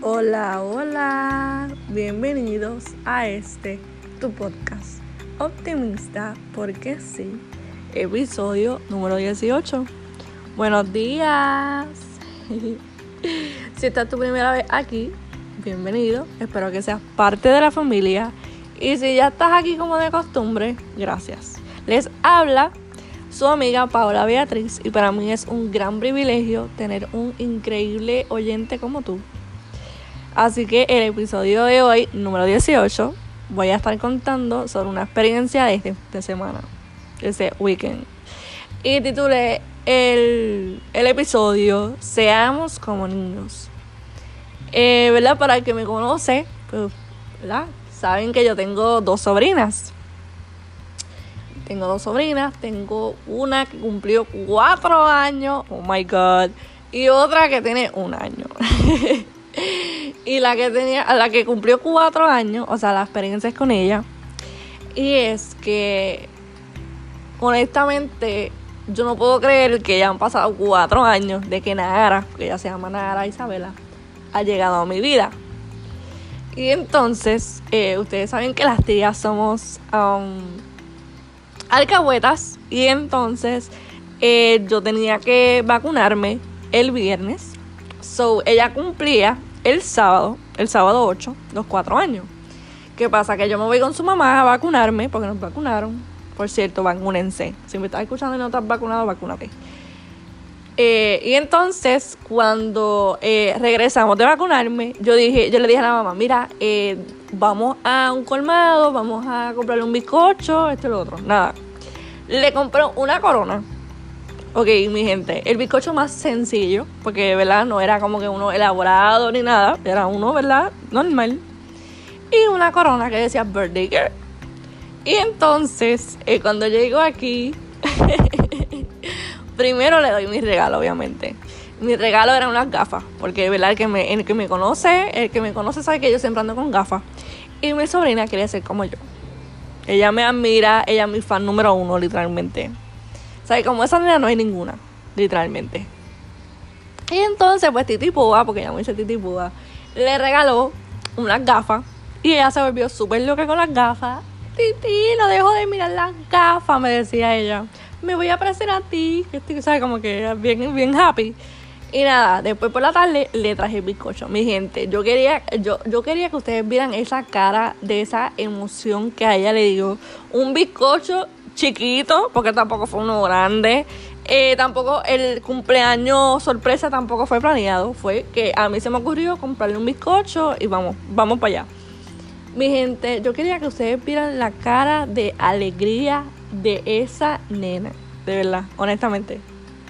Hola, hola, bienvenidos a tu podcast Optimista, porque sí, episodio número 18. Buenos días. Si esta es tu primera vez aquí, bienvenido, espero que seas parte de la familia. Y si ya estás aquí como de costumbre, gracias. Les habla su amiga Paola Beatriz y para mí es un gran privilegio tener un increíble oyente como tú. Así que el episodio de hoy, número 18, voy a estar contando sobre una experiencia de esta semana, ese weekend. Y titulé el episodio Seamos como niños. ¿Verdad? Para el que me conoce, pues, ¿verdad? Saben que yo tengo dos sobrinas. Tengo una que cumplió 4 años, oh my God, y otra que tiene 1 año. Y la que cumplió 4 años, o sea, la experiencia es con ella. Y es que, honestamente, yo no puedo creer que ya han pasado 4 años de que Nahara, que ella se llama Nahara Isabela, ha llegado a mi vida. Y entonces, ustedes saben que las tías somos alcahuetas. Y entonces, yo tenía que vacunarme el viernes. So, ella cumplía el sábado 8, los 4 años. ¿Qué pasa? Que yo me voy con su mamá a vacunarme, porque nos vacunaron. Por cierto, vacúnense. Si me estás escuchando y no estás vacunado, vacúnate. Y entonces, cuando regresamos de vacunarme, yo le dije a la mamá, mira, vamos a un colmado, vamos a comprarle un bizcocho, esto y lo otro. Nada. Le compré una Corona. Ok, mi gente, el bizcocho más sencillo, porque, ¿verdad? No era como que uno elaborado ni nada, era uno, ¿verdad? Normal. Y una Corona que decía Birthday Girl. Y entonces, cuando llego aquí, primero le doy mi regalo, obviamente. Mi regalo eran unas gafas, porque, ¿verdad? El que me conoce sabe que yo siempre ando con gafas. Y mi sobrina quería ser como yo. Ella me admira, ella es mi fan número 1, literalmente. O sea, como esa nena no hay ninguna, literalmente. Y entonces, pues Titi Púa, porque ella me dice Titi Púa, le regaló unas gafas. Y ella se volvió súper loca con las gafas. Titi, no dejo de mirar las gafas, me decía ella. Me voy a parecer a ti. Que estoy, ¿sabes? Como que era bien happy. Y nada, después por la tarde le traje el bizcocho. Mi gente, yo quería que ustedes vieran esa cara de esa emoción que a ella le dio. Un bizcocho chiquito, porque tampoco fue uno grande. Tampoco el cumpleaños sorpresa tampoco fue planeado. Fue que a mí se me ocurrió comprarle un bizcocho y vamos para allá. Mi gente, yo quería que ustedes vieran la cara de alegría de esa nena. De verdad, honestamente.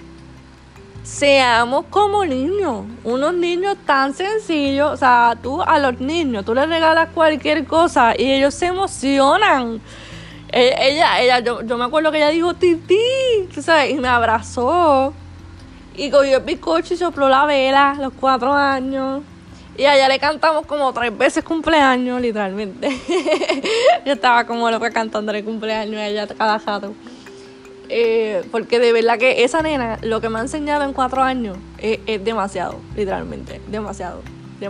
Seamos como niños, unos niños tan sencillos. O sea, tú a los niños, tú les regalas cualquier cosa y ellos se emocionan. Yo me acuerdo que ella dijo Titi, tú sabes, y me abrazó y cogió el bizcocho y sopló la vela, los 4 años. Y allá le cantamos como 3 veces cumpleaños, literalmente. Yo estaba como loca cantando el cumpleaños a ella cada rato. Porque de verdad que esa nena, lo que me ha enseñado en 4 años es demasiado, literalmente. Demasiado.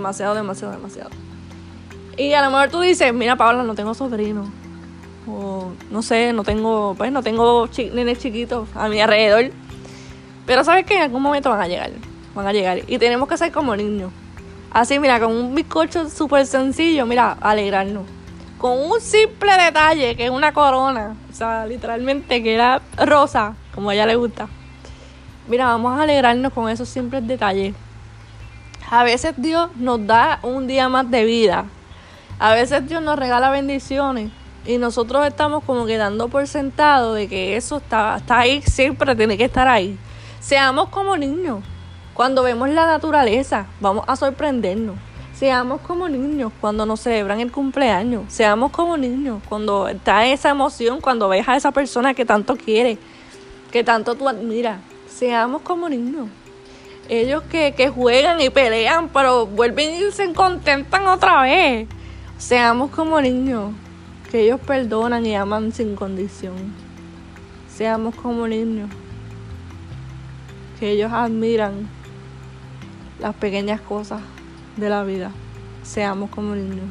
Y a lo mejor tú dices, mira Paola, no tengo sobrinos. O no sé, no tengo nenes chiquitos a mi alrededor. Pero sabes que en algún momento van a llegar. Y tenemos que ser como niños. Así, mira, con un bizcocho súper sencillo, mira, alegrarnos. Con un simple detalle, que es una corona. O sea, literalmente, que era rosa, como a ella le gusta. Mira, vamos a alegrarnos con esos simples detalles. A veces Dios nos da un día más de vida. A veces Dios nos regala bendiciones. Y nosotros estamos como que dando por sentado de que eso está ahí, siempre tiene que estar ahí. Seamos como niños. Cuando vemos la naturaleza, vamos a sorprendernos. Seamos como niños cuando nos celebran el cumpleaños. Seamos como niños cuando está esa emoción, cuando ves a esa persona que tanto quiere, que tanto tú admiras. Seamos como niños. Ellos que juegan y pelean, pero vuelven y se contentan otra vez. Seamos como niños, que ellos perdonan y aman sin condición. Seamos como niños, que ellos admiran las pequeñas cosas de la vida. Seamos como niños.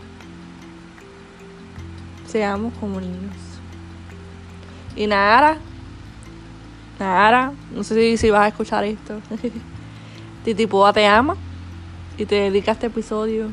Seamos como niños. Y Nara, no sé si vas a escuchar esto. Titipoa te ama y te dedica a este episodio.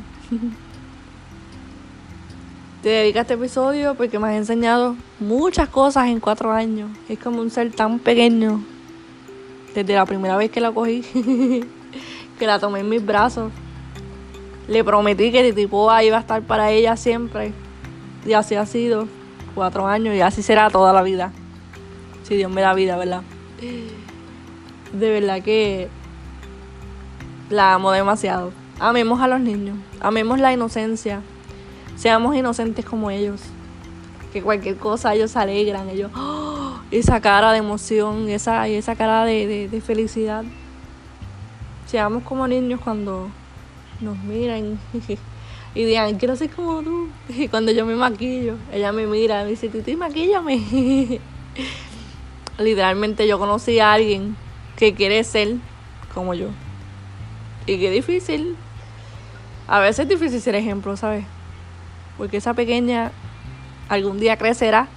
Te dedica a este episodio porque me has enseñado muchas cosas en 4 años. Es como un ser tan pequeño. Desde la primera vez que la cogí, que la tomé en mis brazos, le prometí que Titipoa iba a estar para ella siempre. Y así ha sido. 4 años y así será toda la vida. Si Dios me da vida, ¿verdad? De verdad que la amo demasiado. Amemos a los niños. Amemos la inocencia. Seamos inocentes como ellos. Que cualquier cosa ellos se alegran. Ellos, ¡oh! Esa cara de emoción, esa cara de felicidad. Seamos como niños cuando nos miran y digan, quiero ser como tú. Y cuando yo me maquillo, ella me mira y me dice, Titi, maquíllame. Literalmente yo conocí a alguien que quiere ser como yo. Y qué difícil. A veces es difícil ser ejemplo, ¿sabes? Porque esa pequeña algún día crecerá.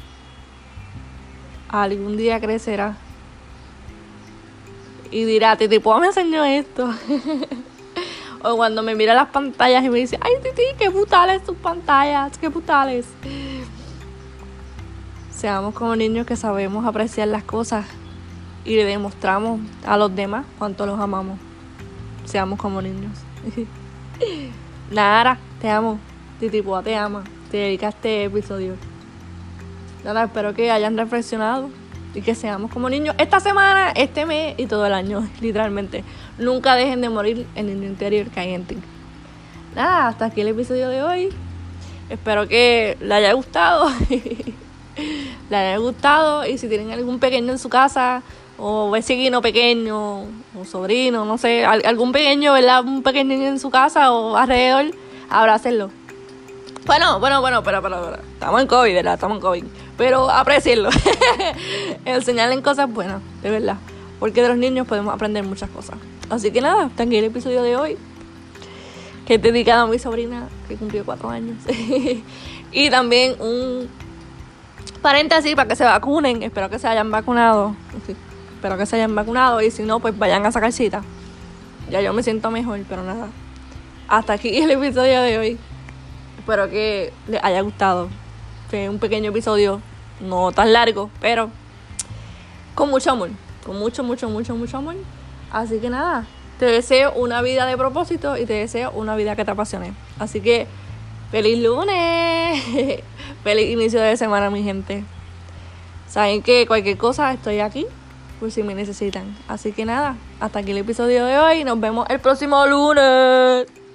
Algún día crecerá. Y dirá, Titipoa me enseñó esto. O cuando me mira las pantallas y me dice, ay, Titi, qué brutales tus pantallas, qué brutales. Seamos como niños que sabemos apreciar las cosas y le demostramos a los demás cuánto los amamos. Seamos como niños. Nara, te amo. Titipoa te ama. Te dedica a este episodio. Nada, espero que hayan reflexionado y que seamos como niños esta semana, este mes y todo el año, literalmente. Nunca dejen de morir el niño interior que hay en ti. Nada, hasta aquí el episodio de hoy. Espero que les haya gustado. Les haya gustado. Y si tienen algún pequeño en su casa, o vecino pequeño, o sobrino, no sé, algún pequeño, ¿verdad? Un pequeño en su casa o alrededor, abrácenlo. Bueno, pero estamos en COVID, ¿verdad? Estamos en COVID. Pero aprecienlo. Enseñarles cosas buenas, de verdad. Porque de los niños podemos aprender muchas cosas. Así que nada, hasta aquí el episodio de hoy. Que es dedicado a mi sobrina, que cumplió 4 años. Y también un paréntesis para que se vacunen. Espero que se hayan vacunado. Sí, espero que se hayan vacunado. Y si no, pues vayan a sacar cita. Ya yo me siento mejor, pero nada. Hasta aquí el episodio de hoy. Espero que les haya gustado. Fue un pequeño episodio, no tan largo, pero con mucho amor. Con mucho amor. Así que nada, te deseo una vida de propósito y te deseo una vida que te apasione. Así que, ¡feliz lunes! ¡Feliz inicio de semana, mi gente! Saben que cualquier cosa estoy aquí, por si me necesitan. Así que nada, hasta aquí el episodio de hoy. Nos vemos el próximo lunes.